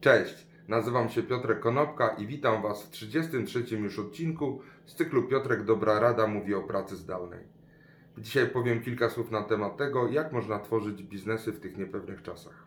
Cześć, nazywam się Piotrek Konopka i witam Was w 33. już odcinku z cyklu Piotrek Dobra Rada mówi o pracy zdalnej. Dzisiaj powiem kilka słów na temat tego, jak można tworzyć biznesy w tych niepewnych czasach.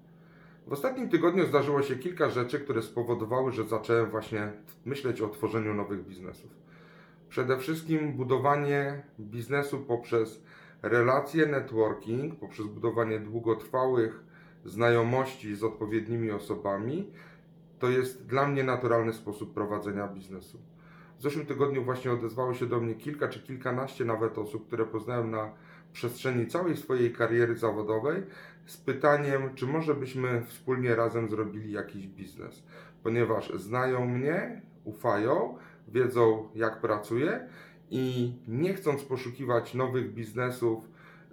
W ostatnim tygodniu zdarzyło się kilka rzeczy, które spowodowały, że zacząłem właśnie myśleć o tworzeniu nowych biznesów. Przede wszystkim budowanie biznesu poprzez relacje, networking, poprzez budowanie długotrwałych znajomości z odpowiednimi osobami. To jest dla mnie naturalny sposób prowadzenia biznesu. W zeszłym tygodniu właśnie odezwało się do mnie kilka czy kilkanaście nawet osób, które poznałem na przestrzeni całej swojej kariery zawodowej z pytaniem, czy może byśmy wspólnie razem zrobili jakiś biznes, ponieważ znają mnie, ufają, wiedzą jak pracuję i nie chcąc poszukiwać nowych biznesów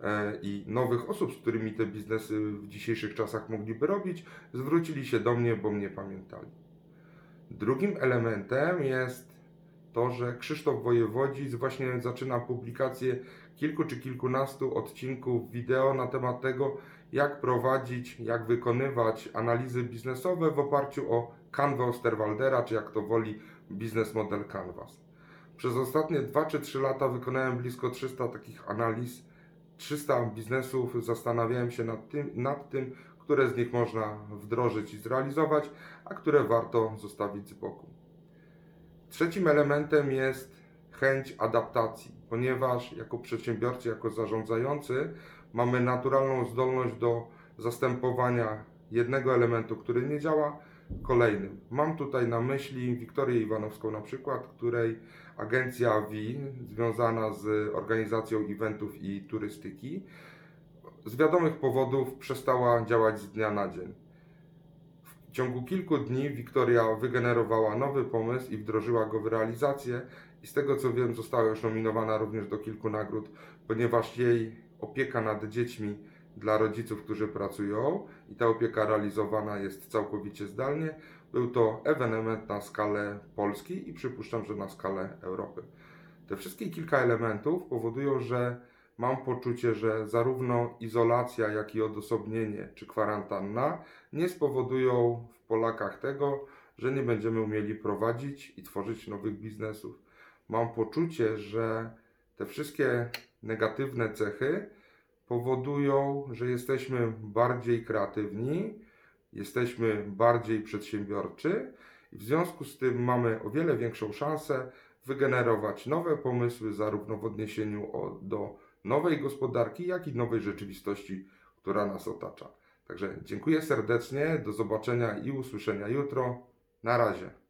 i nowych osób, z którymi te biznesy w dzisiejszych czasach mogliby robić, zwrócili się do mnie, bo mnie pamiętali. Drugim elementem jest to, że Krzysztof Wojewodzic właśnie zaczyna publikację kilku czy kilkunastu odcinków wideo na temat tego, jak prowadzić, jak wykonywać analizy biznesowe w oparciu o Canvę Osterwaldera, czy jak to woli Business Model Canvas. Przez ostatnie 2 czy 3 lata wykonałem blisko 300 takich analiz, 300 biznesów, zastanawiałem się nad tym, które z nich można wdrożyć i zrealizować, a które warto zostawić z boku. Trzecim elementem jest chęć adaptacji, ponieważ jako przedsiębiorcy, jako zarządzający mamy naturalną zdolność do zastępowania jednego elementu, który nie działa, kolejnym. Mam tutaj na myśli Wiktorię Iwanowską na przykład, której agencja VI, związana z organizacją eventów i turystyki, z wiadomych powodów przestała działać z dnia na dzień. W ciągu kilku dni Wiktoria wygenerowała nowy pomysł i wdrożyła go w realizację i z tego co wiem została już nominowana również do kilku nagród, ponieważ jej opieka nad dziećmi dla rodziców, którzy pracują i ta opieka realizowana jest całkowicie zdalnie. Był to ewenement na skalę Polski i przypuszczam, że na skalę Europy. Te wszystkie kilka elementów powodują, że mam poczucie, że zarówno izolacja, jak i odosobnienie czy kwarantanna nie spowodują w Polakach tego, że nie będziemy umieli prowadzić i tworzyć nowych biznesów. Mam poczucie, że te wszystkie negatywne cechy powodują, że jesteśmy bardziej kreatywni, jesteśmy bardziej przedsiębiorczy i w związku z tym mamy o wiele większą szansę wygenerować nowe pomysły zarówno w odniesieniu do nowej gospodarki, jak i nowej rzeczywistości, która nas otacza. Także dziękuję serdecznie, do zobaczenia i usłyszenia jutro. Na razie.